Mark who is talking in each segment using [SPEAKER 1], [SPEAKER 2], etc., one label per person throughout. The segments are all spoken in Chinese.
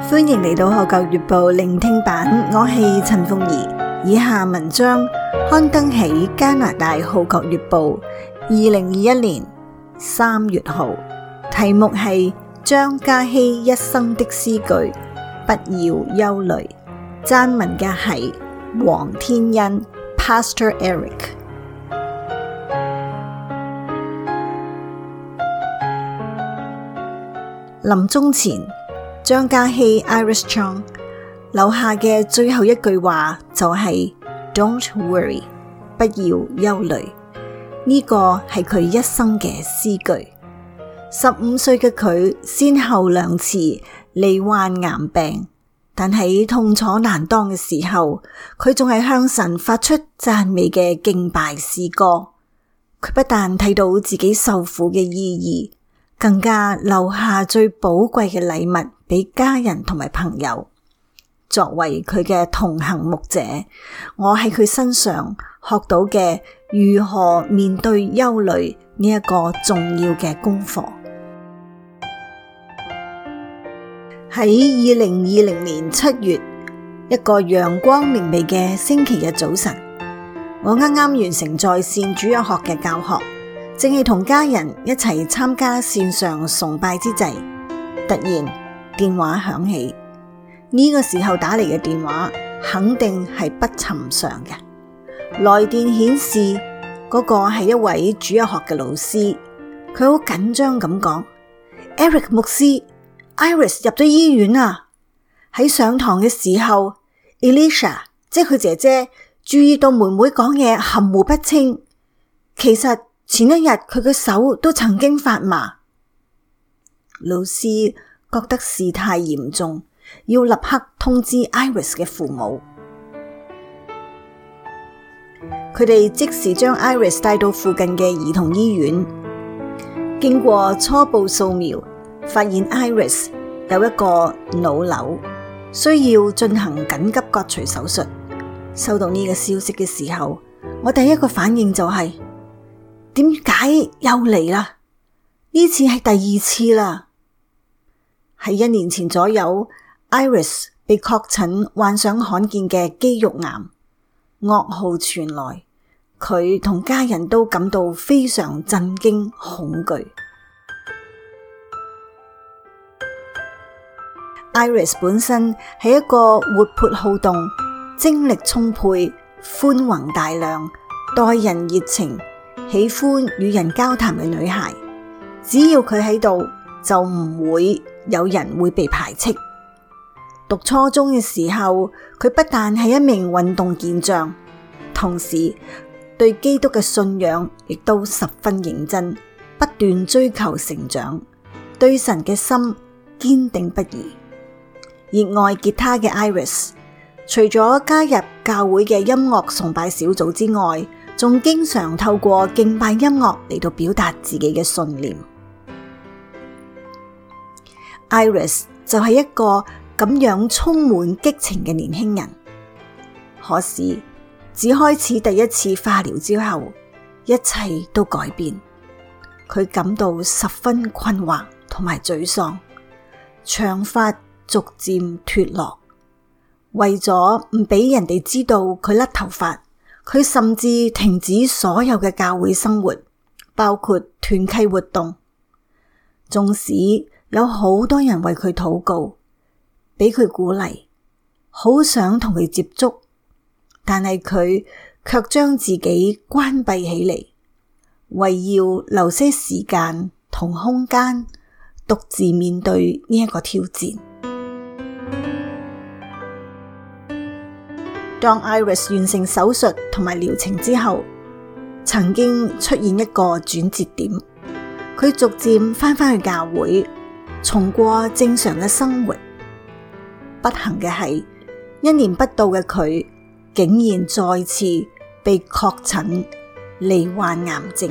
[SPEAKER 1] 歡迎嚟到《學舊月報》聆聽版，我係陳鳳儀。以下文章刊登喺加拿大《號角月報》2021年3月號，題目係張嘉熙一生的詩句，不要憂慮。撰文嘅係黃天恩 Pastor Eric。臨終前，張嘉熙 Iris Chong 留下嘅最後一句話就係 Don't worry， 不要憂慮。呢個係佢一生嘅詩句。15歲嘅佢先後2次罹患癌病，但喺痛楚難當嘅時候，佢仲係向神發出讚美嘅敬拜詩歌。佢不但睇到自己受苦嘅意義，更加留下最寶貴嘅禮物俾家人同埋朋友。作為佢嘅同行牧者，我喺佢身上學到嘅如何面對憂慮呢一個重要嘅功課。喺2020年7月，一個陽光明媚嘅星期日早晨，我啱啱完成在線主日學嘅教學，正係同家人一齊參加線上崇拜之際，突然電話響起。呢個時候打嚟嘅電話肯定係不尋常嘅。來電顯示嗰個係一位主日學嘅老師，佢好緊張咁講 Eric 牧師，Iris 入咗醫院啊！喺上堂嘅時候 Elisha 即係佢姐姐注意到妹妹講嘢含糊不清，其實前一日佢嘅手都曾經發麻。老師覺得事態嚴重，要立刻通知 Iris 嘅父母。佢哋即時將 Iris 帶到附近嘅兒童醫院，經過初步掃描，發現 Iris 有一個腦瘤，需要進行緊急割除手術。收到呢個消息嘅時候，我第一個反應就係點解又嚟啦？呢次係第2次啦。喺1年前左右， Iris 被確診患上罕見嘅肌肉癌，噩耗傳來，佢同家人都感到非常震驚恐懼。Iris 本身係一個活潑好動、精力充沛、寬宏大量、待人熱情、喜歡與人交談嘅女孩。只要佢喺度，就唔會有人會被排斥。讀初中嘅時候，佢不但係一名運動健將，同時對基督嘅信仰亦都十分認真，不斷追求成長，對神嘅心堅定不移。熱愛吉他嘅 Iris， 除咗加入教會嘅音樂崇拜小組之外，仲經常透過敬拜音樂嚟到表達自己嘅信念。Iris 就係一個咁樣充滿激情嘅年輕人。可是只開始第1次化療之後，一切都改變。佢感到十分困惑同埋沮喪，長髮逐漸脫落。為咗唔俾人哋知道佢甩頭髮，佢甚至停止所有嘅教會生活，包括團契活動。縱使有好多人為佢禱告，俾佢鼓勵，好想同佢接觸，但係佢卻將自己關閉起嚟，為要留些時間同空間，獨自面對呢一個挑戰。當 Iris 完成手術同埋療程之後，曾經出現一個轉折點，佢逐漸返去教會，重過正常嘅生活。不幸嘅係，1年不到嘅佢，竟然再次被確診罹患癌症。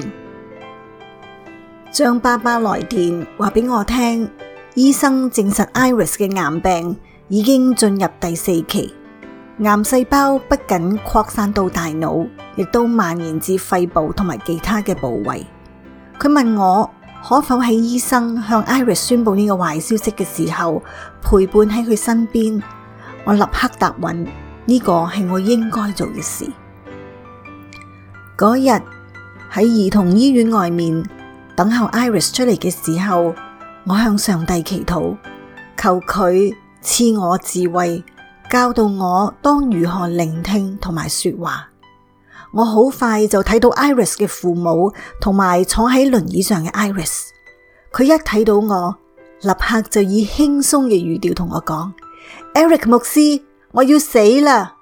[SPEAKER 1] 張爸爸來電話俾我聽，醫生證實 Iris 嘅癌病已經進入第4期，癌細胞不僅擴散到大腦，亦都蔓延至肺部同埋其他嘅部位。佢問我可否喺醫生向 Iris 宣布呢個壞消息嘅時候，陪伴喺佢身邊？我立刻答允，呢個係我應該做嘅事。嗰日喺兒童醫院外面等候 Iris 出嚟嘅時候，我向上帝祈禱，求佢賜我智慧，教導我當如何聆聽同埋說話。我好快就睇到 Iris 嘅父母同埋坐喺輪椅上嘅 Iris。佢一睇到我，立刻就以輕鬆嘅語調同我講：Eric 牧師，我要死啦！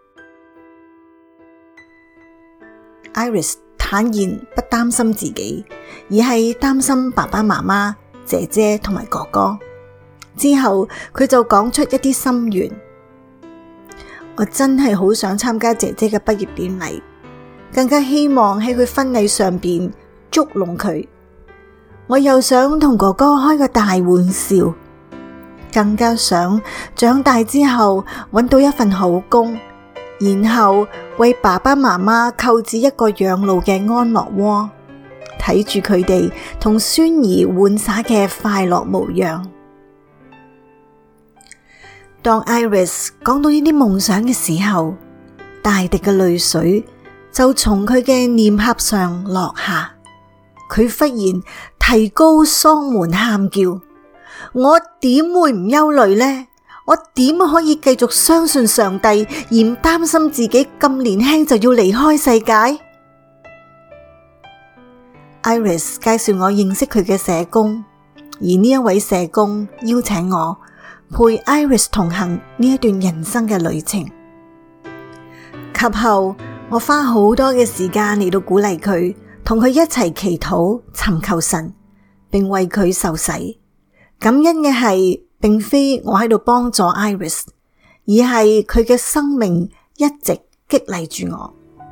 [SPEAKER 1] Iris 坦言不擔心自己，而係擔心爸爸媽媽、姐姐同埋哥哥。之後佢就講出一啲心願：我真係好想參加姐姐嘅畢業典禮，更加希望喺佢婚禮上邊捉弄佢。我又想同哥哥開個大玩笑，更加想長大之後搵到一份好工，然後為爸爸媽媽購置一個養老嘅安樂窩，睇住佢哋同孫兒玩耍嘅快樂模樣。當 Iris 講到呢啲夢想嘅時候，大滴嘅淚水就從佢嘅臉頰上落下，佢忽然提高嗓門喊叫：我點會唔憂慮呢？我點可以繼續相信上帝而唔擔心自己咁年輕就要離開世界？ Iris 介紹我認識佢嘅社工，而呢一位社工邀請我陪 Iris 同行呢一段人生嘅旅程。及後我花好多嘅時間嚟到鼓勵佢，同佢一齊祈禱尋求神，並為佢受洗。感恩嘅係並非我喺度幫助 Iris， 而係佢嘅生命一直激勵住我。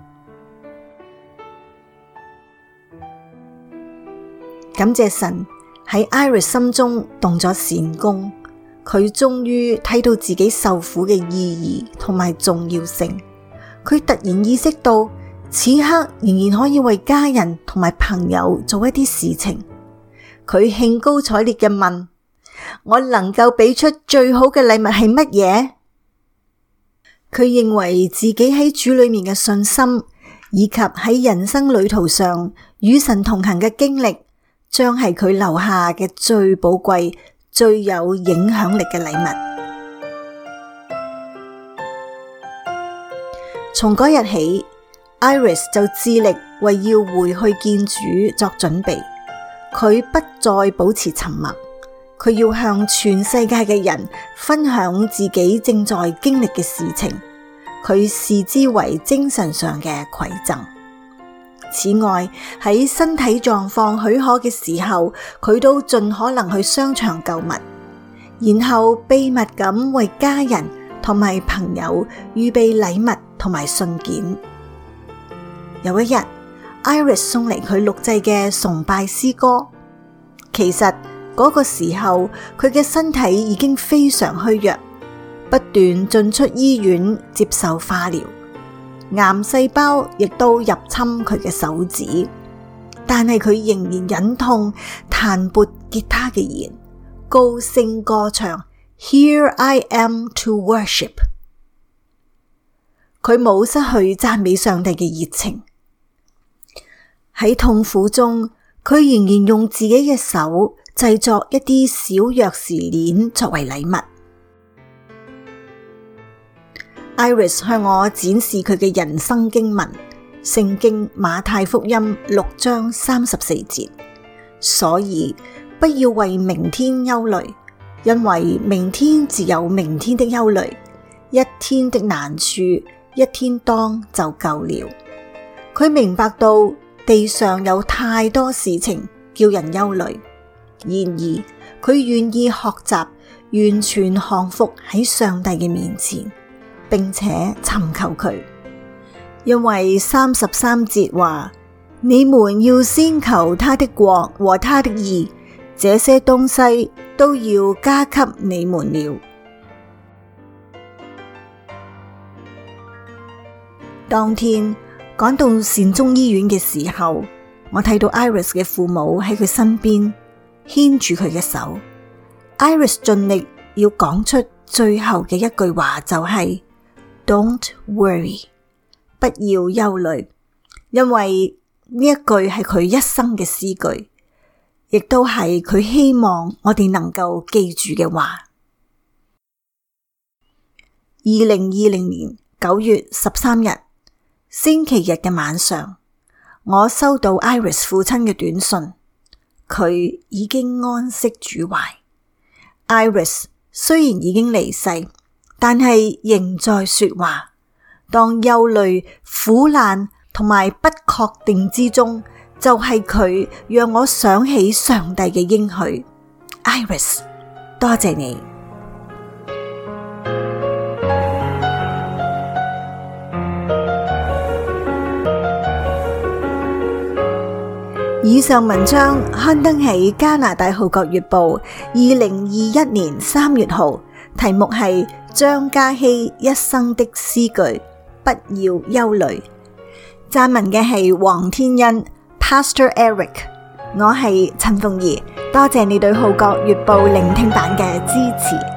[SPEAKER 1] 感謝神喺 Iris 心中動咗善工，佢終於睇到自己受苦嘅意義同埋重要性。佢突然意識到此刻仍然可以為家人同埋朋友做一啲事情。佢興高采烈嘅問：我能夠俾出最好嘅禮物係乜嘢？佢認為自己喺主裏面嘅信心，以及喺人生旅途上與神同行嘅經歷，將係佢留下嘅最寶貴、最有影響力嘅禮物。從嗰日起， Iris 就致力為要回去見主作準備。佢不再保持沉默，佢要向全世界嘅人分享自己正在經歷嘅事情，佢視之為精神上嘅饋贈。此外，喺身體狀況許可嘅時候，佢都盡可能去商場購物，然後秘密咁為家人同埋朋友預備禮物同埋信件。有一日， Iris 送嚟佢錄製嘅崇拜詩歌。其實嗰個時候，佢嘅身體已經非常虛弱，不斷進出醫院接受化療，癌細胞亦都入侵佢嘅手指，但係佢仍然忍痛彈撥吉他嘅弦，高聲歌唱 Here I am to worship。 佢冇失去讚美上帝嘅熱情。喺痛苦中，佢仍然用自己嘅手製作一啲小鑰匙鏈作為禮物。Iris 向我展示佢嘅人生經文，聖經馬太福音6章34節。所以不要為明天憂慮，因為明天自有明天的憂慮，一天的難處一天當就夠了。佢明白到地上有太多事情叫人憂慮，然而佢願意學習完全降服喺上帝嘅面前，並且尋求佢。因為33節話：你們要先求他的國和他的義，這些東西都要加給你們了。當天趕到善終醫院嘅時候， 我睇到 Iris 嘅父母喺佢身邊牽住佢嘅手。Iris 盡力要講出最後嘅一句話，就係 Don't worry， 不要憂慮，因為呢一句係佢一生嘅詩句，亦都係佢希望我哋能夠記住嘅話。2020年9月13日，星期日嘅晚上，我收到 Iris 父親嘅短信，佢已經安息主懷。Iris 雖然已經離世，但係仍在說話。當憂慮、苦難同埋不確定之中，就係佢讓我想起上帝嘅應許。Iris， 多謝你。以上文章刊登喺加拿大《號角月報》2021年3月號，題目係張嘉熙一生的詩句，不要憂慮。撰文嘅係黃天恩 Pastor Eric， 我係陳鳳儀，多謝你對《號角月報》聆聽版嘅支持。